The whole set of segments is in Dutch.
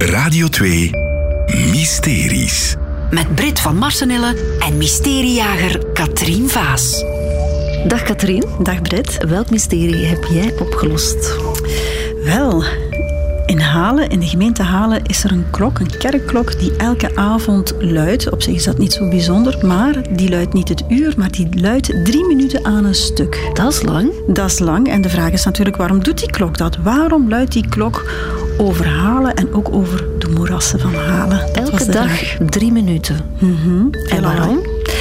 Radio 2 Mysteries. Met Brit van Marsenille en mysteriejager Katrien Vaas. Dag Katrien. Dag Brit. Welk mysterie heb jij opgelost? Wel, in Halen, in de gemeente Halen, is er een klok, een kerkklok, die elke avond luidt. Op zich is dat niet zo bijzonder, maar die luidt niet het uur, maar die luidt 3 minuten aan een stuk. Dat is lang. Dat is lang. En de vraag is natuurlijk, waarom doet die klok dat? Waarom luidt die klok over Halen en ook over de moerassen van Halen? Elke dag 3 minuten. En waarom?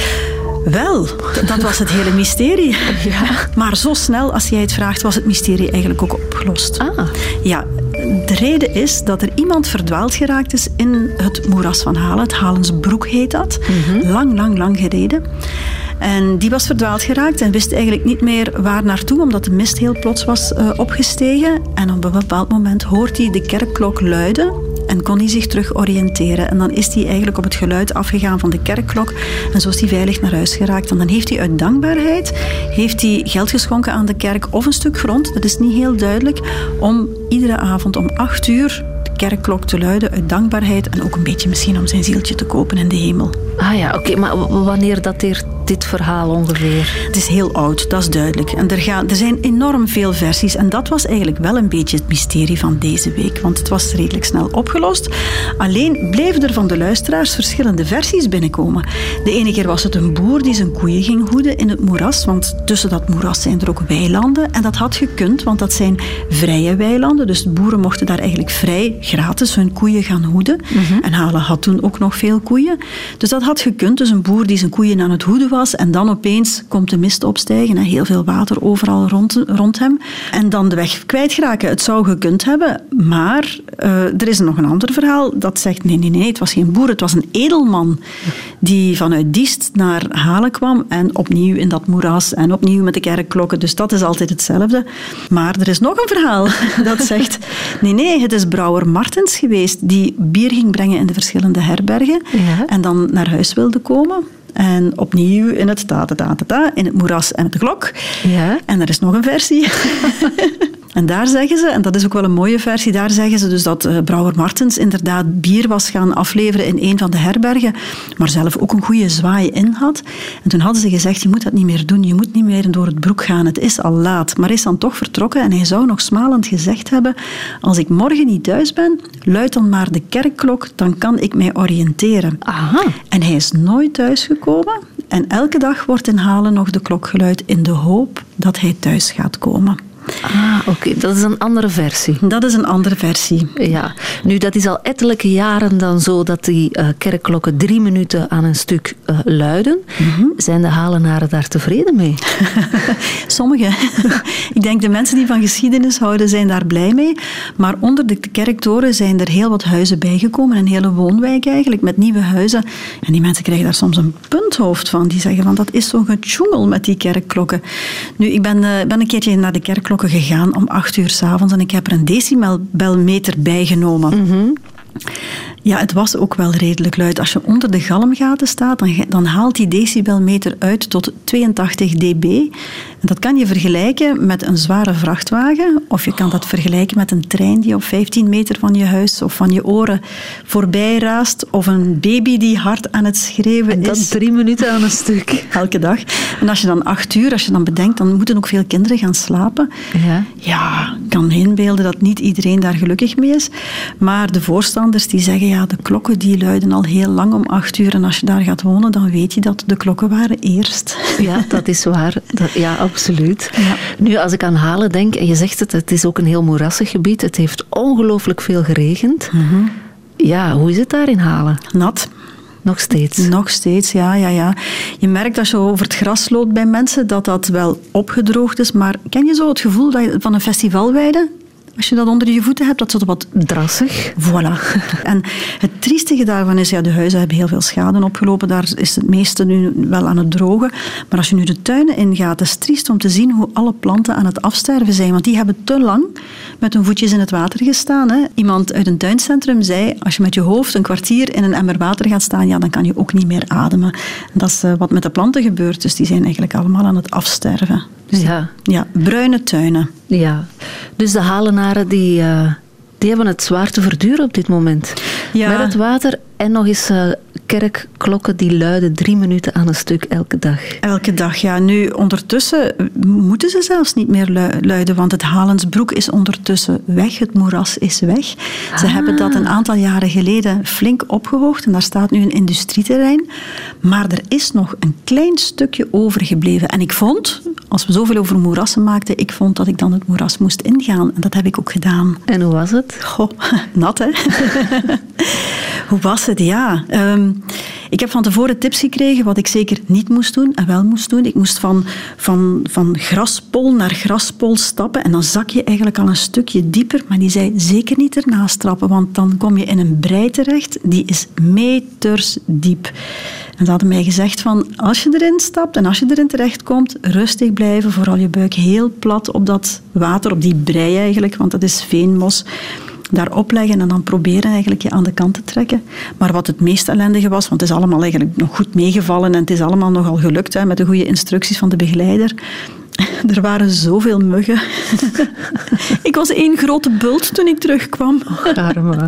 Wel, dat was het hele mysterie. Ja. Maar zo snel als jij het vraagt, was het mysterie eigenlijk ook opgelost. Ah. Ja, de reden is dat er iemand verdwaald geraakt is in het moeras van Halen. Het Halensbroek heet dat. Lang geleden. En die was verdwaald geraakt en wist eigenlijk niet meer waar naartoe, omdat de mist heel plots was opgestegen. En op een bepaald moment hoort hij de kerkklok luiden en kon hij zich terug oriënteren. En dan is hij eigenlijk op het geluid afgegaan van de kerkklok en zo is hij veilig naar huis geraakt. En dan heeft hij uit dankbaarheid geld geschonken aan de kerk of een stuk grond, dat is niet heel duidelijk, om iedere avond om 8 uur de kerkklok te luiden uit dankbaarheid en ook een beetje misschien om zijn zieltje te kopen in de hemel. Ah ja, oké. Maar wanneer dateert dit verhaal ongeveer? Het is heel oud, dat is duidelijk. En er zijn enorm veel versies. En dat was eigenlijk wel een beetje het mysterie van deze week. Want het was redelijk snel opgelost. Alleen bleven er van de luisteraars verschillende versies binnenkomen. De ene keer was het een boer die zijn koeien ging hoeden in het moeras. Want tussen dat moeras zijn er ook weilanden. En dat had gekund, want dat zijn vrije weilanden. Dus de boeren mochten daar eigenlijk vrij, gratis hun koeien gaan hoeden. En Halen had toen ook nog veel koeien. Dus dat had gekund. Dus een boer die zijn koeien aan het hoeden was. En dan opeens komt de mist opstijgen en heel veel water overal rond hem. En dan de weg kwijtgeraken. Het zou gekund hebben, maar er is nog een ander verhaal dat zegt nee, het was geen boer, het was een edelman die vanuit Diest naar Halen kwam en opnieuw in dat moeras en opnieuw met de kerkklokken. Dus dat is altijd hetzelfde. Maar er is nog een verhaal dat zegt nee, het is brouwer Martens geweest die bier ging brengen in de verschillende herbergen en dan naar huis wilde komen. En opnieuw in het in het moeras en het klok. Ja. En er is nog een versie. En daar zeggen ze, en dat is ook wel een mooie versie, daar zeggen ze dus dat brouwer Martens inderdaad bier was gaan afleveren in een van de herbergen, maar zelf ook een goede zwaai in had. En toen hadden ze gezegd, je moet dat niet meer doen, je moet niet meer door het broek gaan, het is al laat. Maar hij is dan toch vertrokken en hij zou nog smalend gezegd hebben, als ik morgen niet thuis ben, luid dan maar de kerkklok, dan kan ik mij oriënteren. Aha. En hij is nooit thuisgekomen en elke dag wordt in Halen nog de klok geluid in de hoop dat hij thuis gaat komen. Ah, oké. Dat is een andere versie. Dat is een andere versie. Ja. Nu, dat is al ettelijke jaren dan zo dat die kerkklokken 3 minuten aan een stuk luiden. Zijn de Halenaren daar tevreden mee? Sommigen. Ik denk de mensen die van geschiedenis houden zijn daar blij mee. Maar onder de kerktoren zijn er heel wat huizen bijgekomen. Een hele woonwijk eigenlijk, met nieuwe huizen. En die mensen krijgen daar soms een punthoofd van. Die zeggen van, dat is zo'n getjoengel met die kerkklokken. Nu, ik ben een keertje naar de kerkklokken gegaan om 8 uur 's avonds en ik heb er een decibelmeter bijgenomen. Ja, het was ook wel redelijk luid. Als je onder de galmgaten staat, dan haalt die decibelmeter uit tot 82 dB. En dat kan je vergelijken met een zware vrachtwagen, of je kan dat vergelijken met een trein die op 15 meter van je huis of van je oren voorbij raast, of een baby die hard aan het schreeuwen is. En dat 3 minuten aan een stuk. Elke dag. En als je dan 8 uur, als je dan bedenkt, dan moeten ook veel kinderen gaan slapen. Ja, ik kan me inbeelden dat niet iedereen daar gelukkig mee is. Maar de voorstanders die zeggen, ja, de klokken die luiden al heel lang om 8 uur en als je daar gaat wonen, dan weet je dat de klokken waren eerst. Ja, dat is waar. Ja, absoluut. Ja. Nu, als ik aan Halen denk, en je zegt het is ook een heel moerassig gebied, het heeft ongelooflijk veel geregend. Ja, hoe is het daar in Halen? Nat. Nog steeds? Nog steeds, ja. Je merkt als je over het gras loopt bij mensen dat dat wel opgedroogd is, maar ken je zo het gevoel van een festivalweide? Als je dat onder je voeten hebt, dat is wat drassig. Voilà. En het triestige daarvan is, ja, de huizen hebben heel veel schade opgelopen. Daar is het meeste nu wel aan het drogen. Maar als je nu de tuinen ingaat, het is triest om te zien hoe alle planten aan het afsterven zijn. Want die hebben te lang met hun voetjes in het water gestaan. Hè. Iemand uit een tuincentrum zei, als je met je hoofd een kwartier in een emmer water gaat staan, ja, dan kan je ook niet meer ademen. En dat is wat met de planten gebeurt. Dus die zijn eigenlijk allemaal aan het afsterven. Dus ja, bruine tuinen. Ja, dus de Halenaren Die hebben het zwaar te verduren op dit moment. Ja. Met het water en nog eens kerkklokken die luiden 3 minuten aan een stuk elke dag. Elke dag, ja. Nu, ondertussen moeten ze zelfs niet meer luiden, want het Halensbroek is ondertussen weg. Het moeras is weg. Ze hebben dat een aantal jaren geleden flink opgehoogd en daar staat nu een industrieterrein. Maar er is nog een klein stukje overgebleven. En ik vond, als we zoveel over moerassen maakten, ik vond dat ik dan het moeras moest ingaan. En dat heb ik ook gedaan. En hoe was het? Goh, nat hè? Hoe was het? Ja. Ik heb van tevoren tips gekregen wat ik zeker niet moest doen en wel moest doen. Ik moest van graspol naar graspol stappen en dan zak je eigenlijk al een stukje dieper. Maar die zei zeker niet ernaast trappen, want dan kom je in een brei terecht. Die is meters diep. En ze hadden mij gezegd van, als je erin stapt en als je erin terechtkomt, rustig blijven, vooral je buik heel plat op dat water, op die brei eigenlijk, want dat is veenmos. Daar opleggen en dan proberen eigenlijk je aan de kant te trekken. Maar wat het meest ellendige was, want het is allemaal eigenlijk nog goed meegevallen en het is allemaal nogal gelukt hè, met de goede instructies van de begeleider. Er waren zoveel muggen. Ik was 1 grote bult toen ik terugkwam. Arme.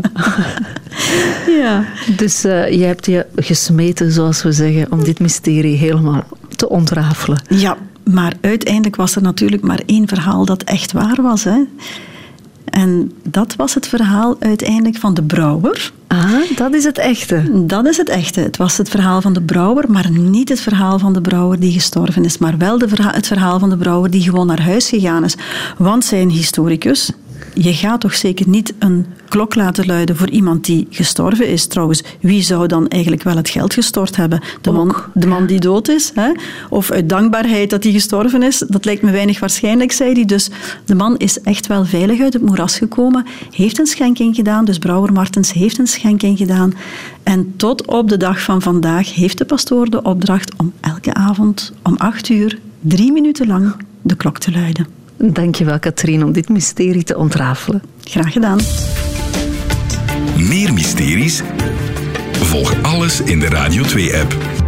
Ja. Dus je hebt je gesmeten, zoals we zeggen, om dit mysterie helemaal te ontrafelen. Ja, maar uiteindelijk was er natuurlijk maar 1 verhaal dat echt waar was, hè. En dat was het verhaal uiteindelijk van de brouwer. Ah, dat is het echte. Dat is het echte. Het was het verhaal van de brouwer, maar niet het verhaal van de brouwer die gestorven is, maar wel het verhaal van de brouwer die gewoon naar huis gegaan is. Want zei een historicus, je gaat toch zeker niet een klok laten luiden voor iemand die gestorven is. Trouwens, wie zou dan eigenlijk wel het geld gestort hebben? De man die dood is? Hè? Of uit dankbaarheid dat hij gestorven is? Dat lijkt me weinig waarschijnlijk, zei hij. Dus de man is echt wel veilig uit het moeras gekomen, heeft een schenking gedaan, dus brouwer Martens heeft een schenking gedaan. En tot op de dag van vandaag heeft de pastoor de opdracht om elke avond om 8 uur, 3 minuten lang de klok te luiden. Dankjewel, Katrien, om dit mysterie te ontrafelen. Graag gedaan. Meer mysteries? Volg alles in de Radio 2-app.